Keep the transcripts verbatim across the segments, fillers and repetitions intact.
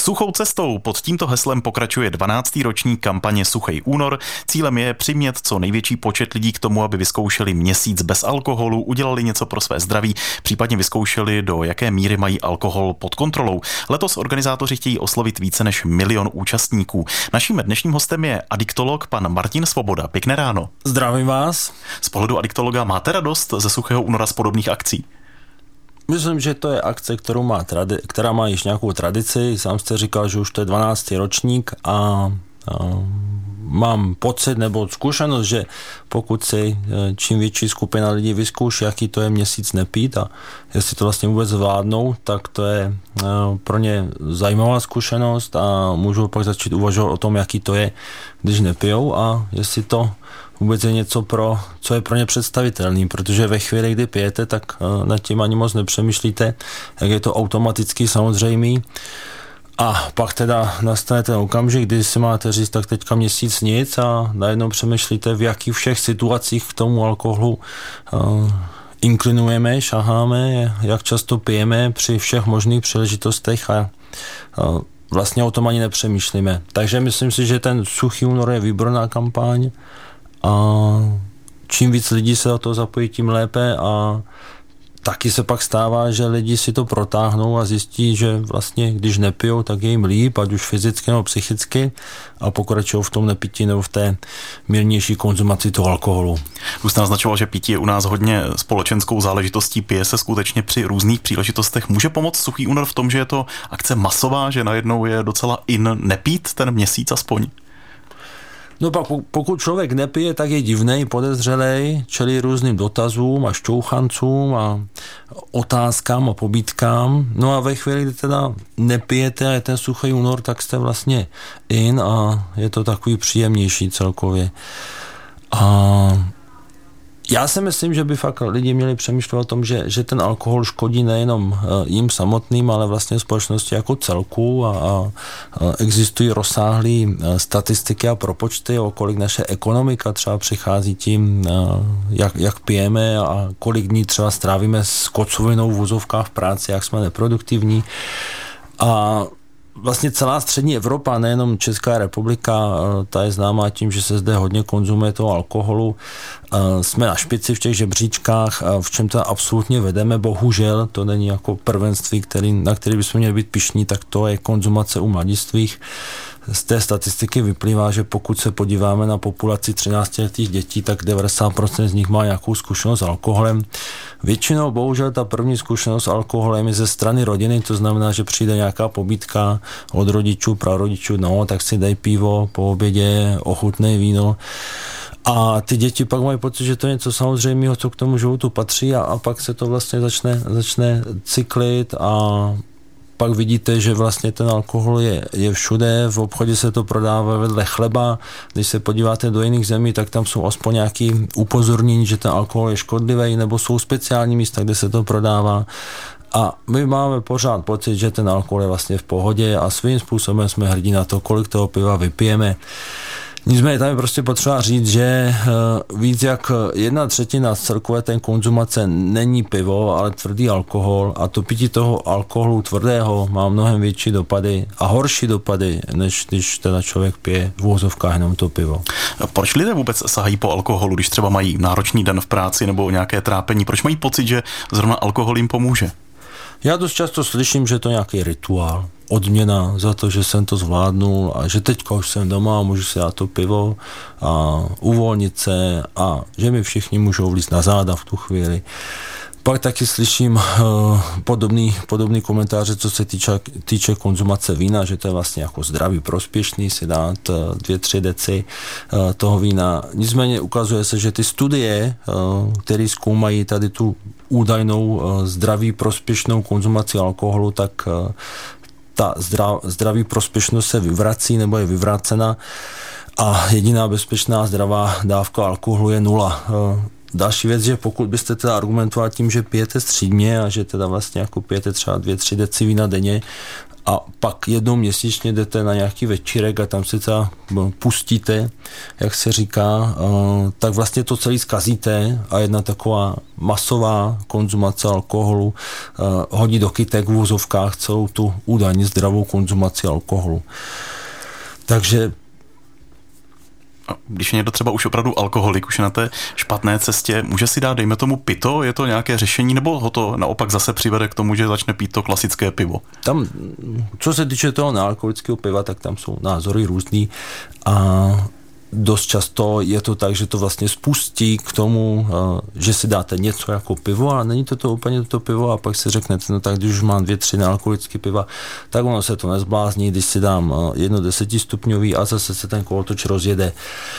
Suchou cestou pod tímto heslem pokračuje dvanáctý ročník kampaně Suchej únor. Cílem je přimět co největší počet lidí k tomu, aby vyzkoušeli měsíc bez alkoholu, udělali něco pro své zdraví, případně vyzkoušeli, do jaké míry mají alkohol pod kontrolou. Letos organizátoři chtějí oslovit více než milion účastníků. Naším dnešním hostem je adiktolog pan Martin Svoboda. Pěkné ráno. Zdravím vás. Z pohledu adiktologa máte radost ze Suchého února z podobných akcí? Myslím, že to je akce, kterou má tradi- která má již nějakou tradici. Sám jste říkal, že už to je dvanáctý ročník a, a mám pocit nebo zkušenost, že pokud si čím větší skupina lidí vyzkouší, jaký to je měsíc nepít a jestli to vlastně vůbec zvládnou, tak to je pro ně zajímavá zkušenost a můžou pak začít uvažovat o tom, jaký to je, když nepijou a jestli to vůbec je něco, pro, co je pro ně představitelný, protože ve chvíli, kdy pijete, tak nad tím ani moc nepřemýšlíte, jak je to automaticky samozřejmý. A pak teda nastane ten okamžik, kdy si máte říct, tak teďka měsíc nic a najednou přemýšlíte, v jakých všech situacích k tomu alkoholu uh, inklinujeme, šaháme, jak často pijeme při všech možných příležitostech a uh, vlastně o tom ani nepřemýšlíme. Takže myslím si, že ten Suchý únor je výborná kampaň a čím víc lidí se do toho zapojí, tím lépe a taky se pak stává, že lidi si to protáhnou a zjistí, že vlastně když nepijou, tak je jim líp, ať už fyzicky nebo psychicky a pokračují v tom nepití nebo v té mírnější konzumaci toho alkoholu. Už jste naznačoval, že pití je u nás hodně společenskou záležitostí, pije se skutečně při různých příležitostech. Může pomoct Suchý únor v tom, že je to akce masová, že najednou je docela in nepít ten měsíc aspoň? No pak pokud člověk nepije, tak je divnej, podezřelej, čelí různým dotazům a šťouchancům a otázkám a pobídkám. No a ve chvíli, kdy teda nepijete a je ten Suchý únor, tak jste vlastně in a je to takový příjemnější celkově. A já si myslím, že by fakt lidi měli přemýšlet o tom, že, že ten alkohol škodí nejenom jim samotným, ale vlastně společnosti jako celku a, a existují rozsáhlé statistiky a propočty, o kolik naše ekonomika třeba přichází tím, jak, jak pijeme a kolik dní třeba strávíme s kocovinou v vozovkách v práci, jak jsme neproduktivní. A vlastně celá střední Evropa, nejenom Česká republika, ta je známá tím, že se zde hodně konzumuje toho alkoholu. Jsme na špici v těch žebříčkách, v čem to absolutně vedeme, bohužel, to není jako prvenství, který, na který bychom měli být pyšní, tak to je konzumace u mladistvých. Z té statistiky vyplývá, že pokud se podíváme na populaci třináctiletých dětí, tak devadesát procent z nich má nějakou zkušenost s alkoholem. Většinou bohužel ta první zkušenost s alkoholem je ze strany rodiny, to znamená, že přijde nějaká pobídka od rodičů, prarodičů, no tak si dej pivo po obědě, ochutnej víno. A ty děti pak mají pocit, že to je něco samozřejmého, co k tomu životu patří a, a pak se to vlastně začne, začne cyklit a pak vidíte, že vlastně ten alkohol je, je všude, v obchodě se to prodává vedle chleba, když se podíváte do jiných zemí, tak tam jsou aspoň nějaký upozornění, že ten alkohol je škodlivý, nebo jsou speciální místa, kde se to prodává. A my máme pořád pocit, že ten alkohol je vlastně v pohodě a svým způsobem jsme hrdí na to, kolik toho piva vypijeme. Nicméně tam je prostě potřeba říct, že víc jak jedna třetina z celkové ten konzumace není pivo, ale tvrdý alkohol a to pití toho alkoholu tvrdého má mnohem větší dopady a horší dopady, než když teda člověk pije v úvozovkách jenom to pivo. A proč lidé vůbec sahají po alkoholu, když třeba mají náročný den v práci nebo nějaké trápení? Proč mají pocit, že zrovna alkohol jim pomůže? Já dost často slyším, že to je nějaký rituál, odměna za to, že jsem to zvládnul a že teďka už jsem doma a můžu si dát to pivo a uvolnit se a že mi všichni můžou vlízt na záda v tu chvíli. Pak taky slyším uh, podobný, podobný komentáře, co se týče, týče konzumace vína, že to je vlastně jako zdravý, prospěšný si dát uh, dvě, tři deci uh, toho vína. Nicméně ukazuje se, že ty studie, uh, které zkoumají tady tu údajnou uh, zdraví, prospěšnou konzumaci alkoholu, tak uh, ta zdrav, zdraví prospěšnost se vyvrací nebo je vyvracena a jediná bezpečná zdravá dávka alkoholu je nula. Uh, Další věc, že pokud byste teda argumentovali tím, že pijete střídmě a že teda vlastně jako pijete třeba dvě, tři deci vína denně a pak jednou měsíčně jdete na nějaký večírek a tam si to pustíte, jak se říká, tak vlastně to celý zkazíte a jedna taková masová konzumace alkoholu hodí do kytek v úzovkách celou tu údajně zdravou konzumaci alkoholu. Takže když je někdo třeba už opravdu alkoholik, už je na té špatné cestě, může si dát, dejme tomu, pito? Je to nějaké řešení, nebo ho to naopak zase přivede k tomu, že začne pít to klasické pivo? Tam, co se týče toho nealkoholického piva, tak tam jsou názory různý a dost často je to tak, že to vlastně spustí k tomu, že si dáte něco jako pivo, ale není to, to úplně to pivo a pak si řeknete, no tak když už mám dvě, tři nealkoholické piva, tak ono se to nezblázní, když si dám jedno desetistupňový a zase se ten kolotoč rozjede.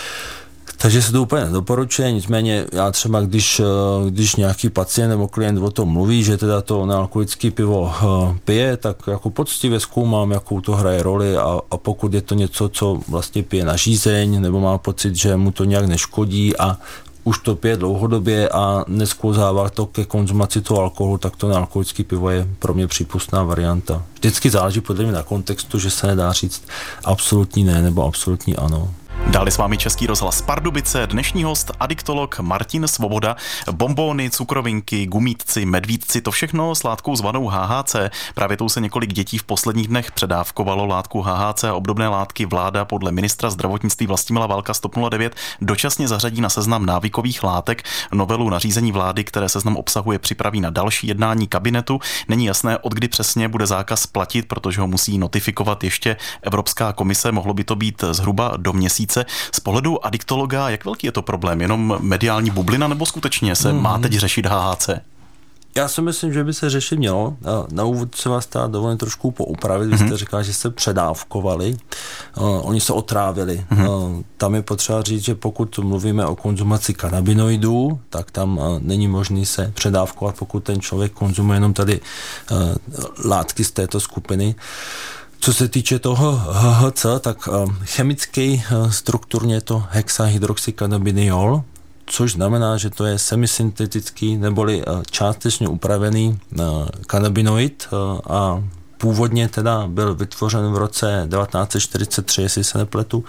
Takže se to úplně nedoporučuje, nicméně já třeba, když, když nějaký pacient nebo klient o tom mluví, že teda to nealkoholické pivo pije, tak jako poctivě zkoumám, jakou to hraje roli a, a pokud je to něco, co vlastně pije na žízeň, nebo má pocit, že mu to nějak neškodí a už to pije dlouhodobě a nesklouzává to ke konzumaci toho alkoholu, tak to nealkoholické pivo je pro mě přípustná varianta. Vždycky záleží podle mě na kontextu, že se nedá říct absolutní ne nebo absolutní ano. Dále s vámi Český rozhlas Pardubice, dnešní host adiktolog Martin Svoboda. Bonbóny, cukrovinky, gumítci, medvídci, to všechno s látkou zvanou H H C. Právě tou se několik dětí v posledních dnech předávkovalo látku H H C a obdobné látky vláda podle ministra zdravotnictví Vlastimila Válka z TOP nula devět dočasně zařadí na seznam návykových látek. Novelu nařízení vlády, které seznam obsahuje, připraví na další jednání kabinetu. Není jasné, od kdy přesně bude zákaz platit, protože ho musí notifikovat ještě Evropská komise. Mohlo by to být zhruba do měsíce. Z pohledu adiktologa, jak velký je to problém? Jenom mediální bublina nebo skutečně se mm-hmm. má teď řešit H H C? Já si myslím, že by se řešit mělo. Na úvod se vás teda dovolím trošku poupravit. Vy jste mm-hmm. říkal, že se předávkovali. Uh, oni se otrávili. Mm-hmm. Uh, tam je potřeba říct, že pokud mluvíme o konzumaci kanabinoidů, tak tam uh, není možný se předávkovat, pokud ten člověk konzumuje jenom tady uh, látky z této skupiny. Co se týče toho H H C, tak chemicky strukturně je to hexahydroxykanabiniol, což znamená, že to je semisyntetický neboli částečně upravený kanabinoid a původně teda byl vytvořen v roce devatenáct set čtyřicet tři, jestli se nepletu,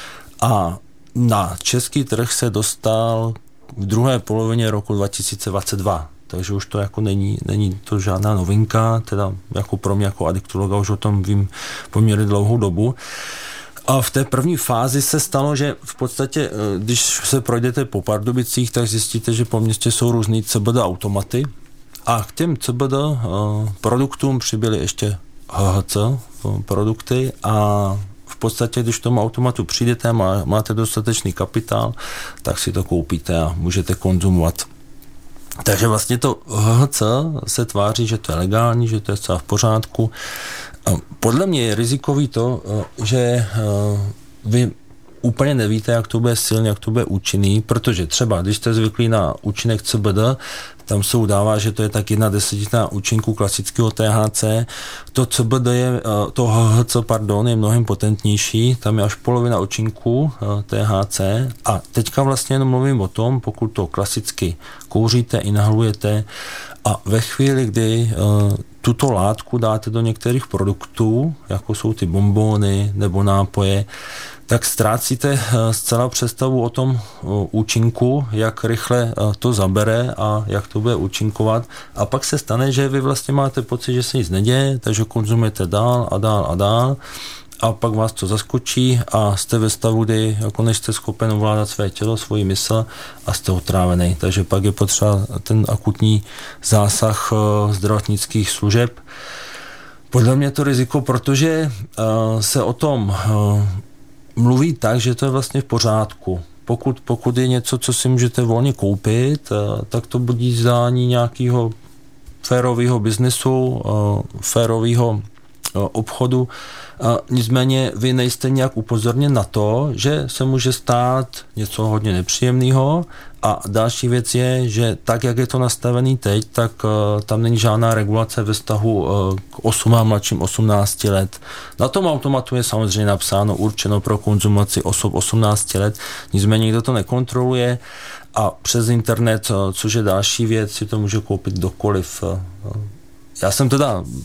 a na český trh se dostal v druhé polovině roku dva tisíce dvacet dva. Takže už to jako není, není to žádná novinka, teda jako pro mě jako adiktologa už o tom vím poměrně dlouhou dobu. A v té první fázi se stalo, že v podstatě, když se projdete po Pardubicích, tak zjistíte, že po městě jsou různý C B D automaty a k těm C B D produktům přibyly ještě H H C produkty a v podstatě, když k tomu automatu přijdete a má, máte dostatečný kapitál, tak si to koupíte a můžete konzumovat. Takže vlastně to H H C se tváří, že to je legální, že to je celá v pořádku. Podle mě je rizikový to, že vy úplně nevíte, jak to bude silný, jak to bude účinný, protože třeba, když jste zvyklí na účinek C B D, tam se udává, že to je tak jedna desetina účinku klasického T H C. To C B D je, to H H C, pardon, je mnohem potentnější, tam je až polovina účinku T H C a teďka vlastně jenom mluvím o tom, pokud to klasicky kouříte, inhalujete a ve chvíli, kdy uh, tuto látku dáte do některých produktů, jako jsou ty bonbóny nebo nápoje, tak ztrácíte zcela představu o tom účinku, jak rychle to zabere a jak to bude účinkovat. A pak se stane, že vy vlastně máte pocit, že se nic neděje, takže konzumujete dál a dál a dál. A pak vás to zaskočí a jste ve stavu, kdy jako nejste schopen ovládat své tělo, svoji mysl a jste otrávený. Takže pak je potřeba ten akutní zásah zdravotnických služeb. Podle mě to riziko, protože se o tom mluví tak, že to je vlastně v pořádku. Pokud, pokud je něco, co si můžete volně koupit, tak to budí zdání nějakého férového biznesu, férového obchodu. A nicméně vy nejste nějak upozorněn na to, že se může stát něco hodně nepříjemného a další věc je, že tak, jak je to nastavený teď, tak uh, tam není žádná regulace ve vztahu uh, k osm a mladším osmnácti let. Na tom automatu je samozřejmě napsáno určeno pro konzumaci osob osmnácti let, nicméně nikdo to nekontroluje a přes internet, uh, což je další věc, si to může koupit kdokoliv. Uh, já jsem teda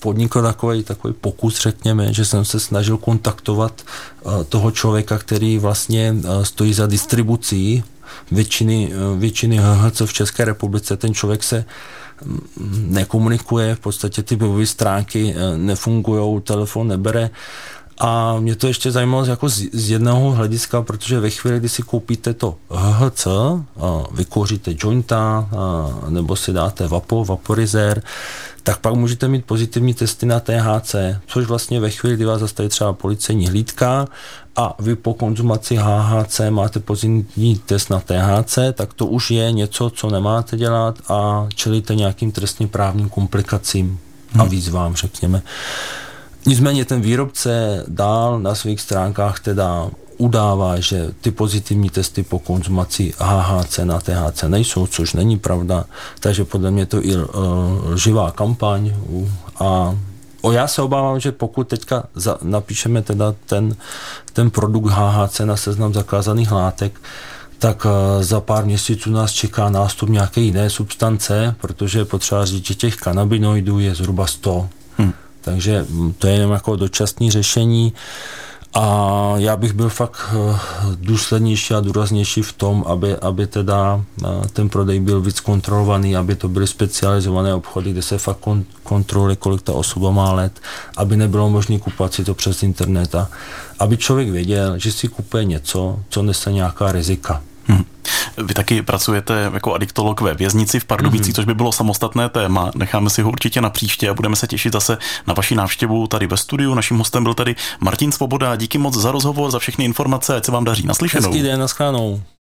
podnikl takový, takový pokus, řekněme, že jsem se snažil kontaktovat toho člověka, který vlastně stojí za distribucí většiny, většiny H H C v České republice. Ten člověk se nekomunikuje, v podstatě ty webové stránky nefungují, telefon nebere. A mě to ještě zajímalo jako z, z jednoho hlediska, protože ve chvíli, kdy si koupíte to H H C, vykouříte jointa, nebo si dáte vapo, vaporizér, tak pak můžete mít pozitivní testy na T H C, což vlastně ve chvíli, kdy vás zastaví třeba policejní hlídka a vy po konzumaci H H C máte pozitivní test na T H C, tak to už je něco, co nemáte dělat a čelíte nějakým trestně právním komplikacím a výzvám, řekněme. Nicméně ten výrobce dál na svých stránkách teda udává, že ty pozitivní testy po konzumaci H H C na T H C nejsou, což není pravda, takže podle mě to i lživá kampaň a o já se obávám, že pokud teďka za, napíšeme teda ten, ten produkt H H C na seznam zakázaných látek, tak za pár měsíců nás čeká nástup nějaké jiné substance, protože je potřeba říct, že těch kanabinoidů je zhruba sto. Hmm. Takže to je jenom jako dočasné řešení a já bych byl fakt důslednější a důraznější v tom, aby, aby teda ten prodej byl víc kontrolovaný, aby to byly specializované obchody, kde se fakt kontroluje, kolik ta osoba má let, aby nebylo možné kupovat si to přes internet a aby člověk věděl, že si kupuje něco, co nese nějaká rizika. Hmm. Vy taky pracujete jako adiktolog ve věznici v Pardubicích, mm-hmm. což by bylo samostatné téma. Necháme si ho určitě na příště a budeme se těšit zase na vaši návštěvu tady ve studiu. Naším hostem byl tady Martin Svoboda. Díky moc za rozhovor, za všechny informace, ať se vám daří. Naslyšenou. Hezký den, naschledanou.